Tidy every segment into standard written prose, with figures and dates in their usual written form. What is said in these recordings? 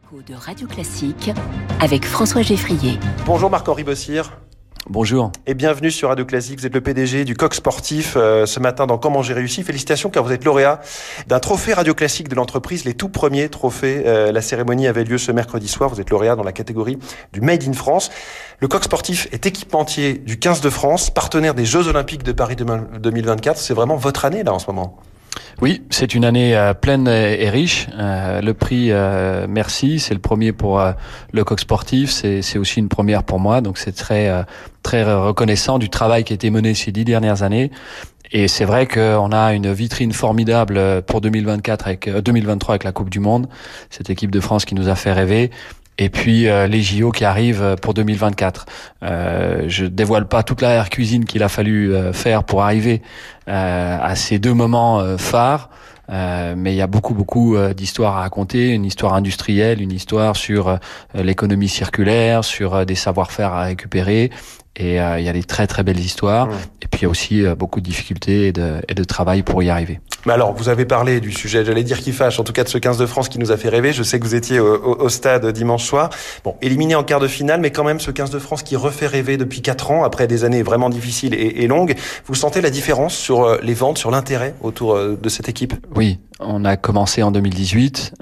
L'écho de Radio Classique avec François Geffrier. Bonjour Marc-Henri Bossir. Bonjour. Et bienvenue sur Radio Classique. Vous êtes le PDG du Coq Sportif ce matin dans Comment j'ai réussi. Félicitations car vous êtes lauréat d'un trophée Radio Classique de l'entreprise, les tout premiers trophées. La cérémonie avait lieu ce mercredi soir. Vous êtes lauréat dans la catégorie du Made in France. Le Coq Sportif est équipementier du 15 de France, partenaire des Jeux Olympiques de Paris 2024. C'est vraiment votre année là en ce moment. Oui, c'est une année pleine et riche. Le prix Merci, c'est le premier pour le Coq Sportif. C'est aussi une première pour moi, donc c'est très reconnaissant du travail qui a été mené ces 10 dernières années. Et c'est vrai qu'on a une vitrine formidable pour 2023 avec la Coupe du Monde, cette équipe de France qui nous a fait rêver. Et puis les JO qui arrivent pour 2024. Je dévoile pas toute la cuisine qu'il a fallu faire pour arriver à ces deux moments phares. Mais il y a beaucoup d'histoires à raconter, une histoire industrielle, une histoire sur l'économie circulaire, sur des savoir-faire à récupérer. Et il y a des très belles histoires. Et puis il y a aussi beaucoup de difficultés et de travail pour y arriver. Mais alors, vous avez parlé du sujet, j'allais dire qui fâche, en tout cas de ce 15 de France qui nous a fait rêver. Je sais que vous étiez au stade dimanche soir. Bon, éliminé en quart de finale, mais quand même ce 15 de France qui refait rêver depuis 4 ans, après des années vraiment difficiles et longues. Vous sentez la différence sur les ventes, sur l'intérêt autour de cette équipe ? Oui, on a commencé en 2018.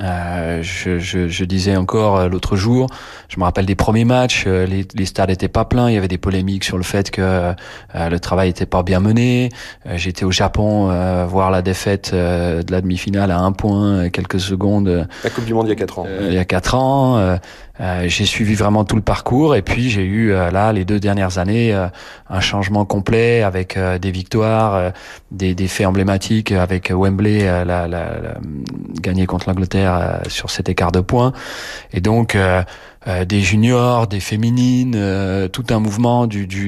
Je disais encore l'autre jour, je me rappelle des premiers matchs, les stades n'étaient pas pleins, il y avait des polémiques sur le fait que le travail n'était pas bien mené. J'étais au Japon voir la défaite de la demi-finale à 1 point, quelques secondes. La Coupe du Monde il y a 4 ans. Il y a 4 ans. J'ai suivi vraiment tout le parcours et puis j'ai eu là les 2 dernières années un changement complet avec des victoires, des faits emblématiques avec Wembley gagné contre l'Angleterre sur cet écart de points et donc des juniors, des féminines, tout un mouvement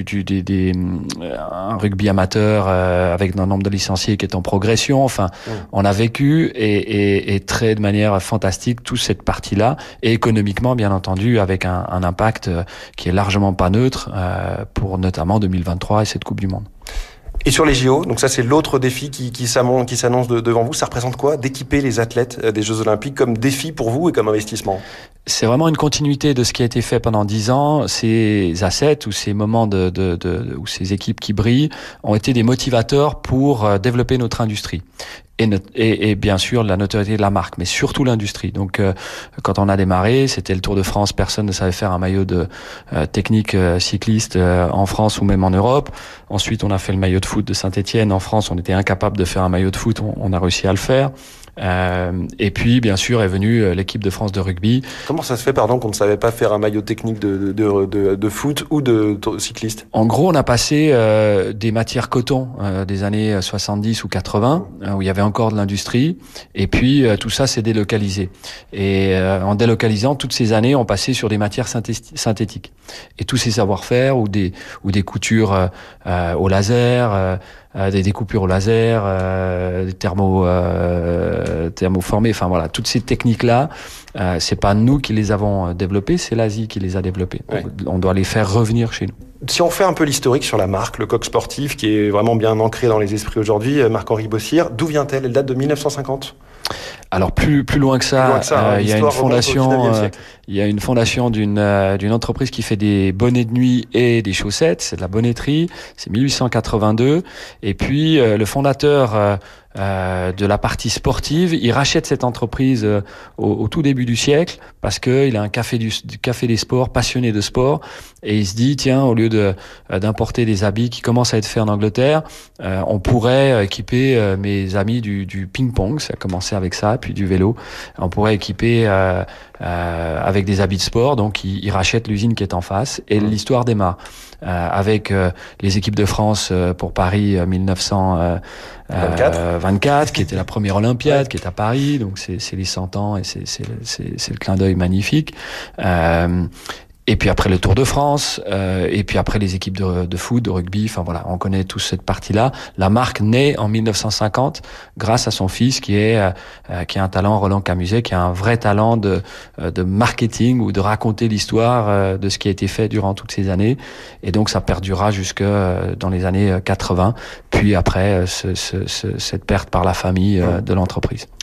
un rugby amateur avec un nombre de licenciés qui est en progression. Enfin, on a vécu et très de manière fantastique toute cette partie-là et économiquement bien entendu avec un impact qui est largement pas neutre pour notamment 2023 et cette Coupe du Monde. Et sur les JO, donc ça c'est l'autre défi qui s'annonce devant vous. Ça représente quoi d'équiper les athlètes des Jeux Olympiques comme défi pour vous et comme investissement ? C'est vraiment une continuité de ce qui a été fait pendant 10 ans. Ces assets ou ces moments ou ces équipes qui brillent ont été des motivateurs pour développer notre industrie. Et bien sûr la notoriété de la marque, mais surtout l'industrie. Donc quand on a démarré, c'était le Tour de France, personne ne savait faire un maillot de technique cycliste en France ou même en Europe. Ensuite, on a fait le maillot de foot de Saint-Étienne. En France, on était incapable de faire un maillot de foot, on a réussi à le faire. Et puis, bien sûr, est venue l'équipe de France de rugby. Comment ça se fait, qu'on ne savait pas faire un maillot technique de foot ou de cycliste ? En gros, on a passé des matières coton des années 70 ou 80, où il y avait encore de l'industrie, et puis tout ça s'est délocalisé. Et en délocalisant, toutes ces années, on passait sur des matières synthétiques. Et tous ces savoir-faire ou des coutures au laser, des découpures au laser, des thermoformés, enfin voilà, toutes ces techniques-là, c'est pas nous qui les avons développées, c'est l'Asie qui les a développées. Oui. On doit les faire revenir chez nous. Si on fait un peu l'historique sur la marque, le Coq Sportif, qui est vraiment bien ancré dans les esprits aujourd'hui, Marc-Henri Bossir, d'où vient-elle ? Elle date de 1950 ? Alors plus loin que ça, il y a une fondation d'une entreprise qui fait des bonnets de nuit et des chaussettes, c'est de la bonnetterie, c'est 1882, et puis le fondateur de la partie sportive, il rachète cette entreprise au tout début du siècle parce que il a un café des sports, passionné de sport, et il se dit tiens, au lieu d'importer des habits qui commencent à être faits en Angleterre, on pourrait équiper mes amis du ping-pong, ça a commencé avec ça, puis du vélo, on pourrait équiper avec des habits de sport, donc il rachète l'usine qui est en face et l'histoire démarre avec les équipes de France pour Paris 1924 qui était la première Olympiade, qui est à Paris, donc c'est les 100 ans et c'est le clin d'œil magnifique. Et puis après le Tour de France, et puis après les équipes de foot, de rugby, enfin voilà, on connaît tous cette partie-là. La marque naît en 1950 grâce à son fils qui a un talent, Roland Camuset, qui a un vrai talent de marketing ou de raconter l'histoire de ce qui a été fait durant toutes ces années. Et donc ça perdurera jusque dans les années 80, puis après cette perte par la famille de l'entreprise.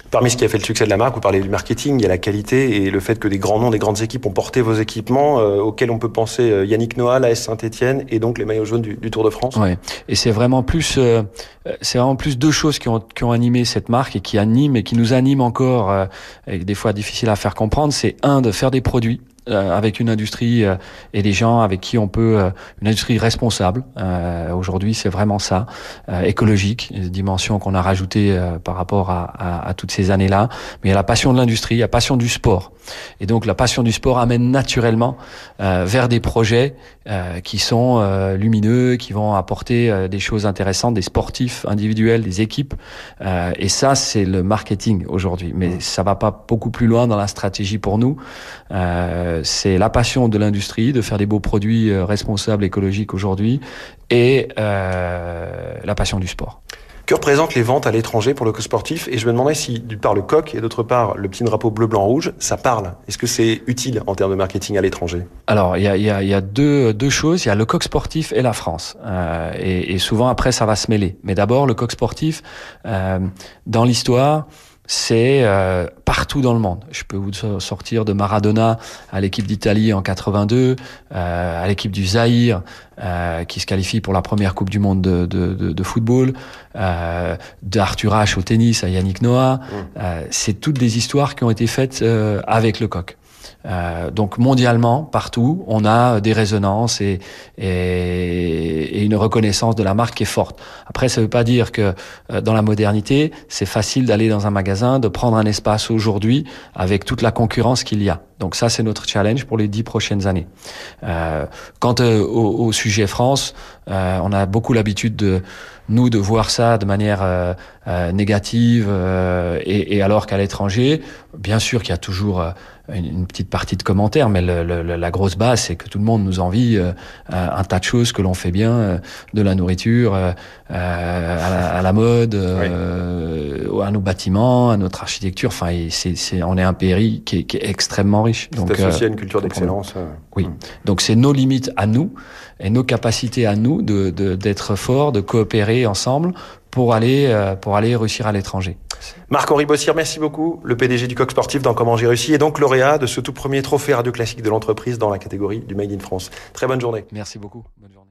Parmi ce qui a fait le succès de la marque, vous parlez du marketing, il y a la qualité et le fait que des grands noms, des grandes équipes ont porté vos équipements, auxquels on peut penser Yannick Noah, l'AS Saint-Etienne et donc les maillots jaunes du Tour de France. Ouais. Et c'est vraiment plus deux choses qui ont animé cette marque et qui animent et qui nous animent encore, et des fois difficile à faire comprendre. C'est de faire des produits avec une industrie et des gens avec qui on peut, une industrie responsable. Aujourd'hui, c'est vraiment ça, écologique, une dimension qu'on a rajoutée par rapport à toutes ces années-là. Mais il y a la passion de l'industrie, il y a la passion du sport. Et donc la passion du sport amène naturellement vers des projets qui sont lumineux, qui vont apporter des choses intéressantes, des sportifs individuels, des équipes. Et ça, c'est le marketing aujourd'hui. Mais ça va pas beaucoup plus loin dans la stratégie pour nous. C'est la passion de l'industrie, de faire des beaux produits responsables, écologiques aujourd'hui, et la passion du sport. Que représentent les ventes à l'étranger pour le coq sportif? Et je me demandais si, d'une part, le coq et d'autre part, le petit drapeau bleu, blanc, rouge, ça parle. Est-ce que c'est utile en termes de marketing à l'étranger? Alors, il y a deux choses. Il y a le coq sportif et la France. Et souvent, après, ça va se mêler. Mais d'abord, le coq sportif, dans l'histoire, c'est partout dans le monde. Je peux vous sortir de Maradona à l'équipe d'Italie en 82, à l'équipe du Zaïre qui se qualifie pour la première Coupe du Monde de football, d'Arthur Ashe au tennis à Yannick Noah. C'est toutes des histoires qui ont été faites avec le coq. Donc mondialement, partout, on a des résonances et une reconnaissance de la marque qui est forte. Après, ça veut pas dire que dans la modernité, c'est facile d'aller dans un magasin, de prendre un espace aujourd'hui avec toute la concurrence qu'il y a. Donc ça, c'est notre challenge pour les 10 prochaines années. Quant au sujet France, on a beaucoup l'habitude de voir ça de manière négative, et alors qu'à l'étranger, bien sûr qu'il y a toujours une petite partie de commentaires, mais la grosse base, c'est que tout le monde nous envie un tas de choses que l'on fait bien, de la nourriture à la mode, à nos bâtiments, à notre architecture. Enfin, on est un pays qui est extrêmement riche. Donc, c'est associé à une culture d'excellence. Oui. Donc c'est nos limites à nous et nos capacités à nous d'être forts, de coopérer ensemble pour aller réussir à l'étranger. Marc-Henri Bossière, merci beaucoup, le PDG du Coq Sportif dans Comment j'ai réussi et donc lauréat de ce tout premier trophée radio classique de l'entreprise dans la catégorie du Made in France. Très bonne journée. Merci beaucoup. Bonne journée.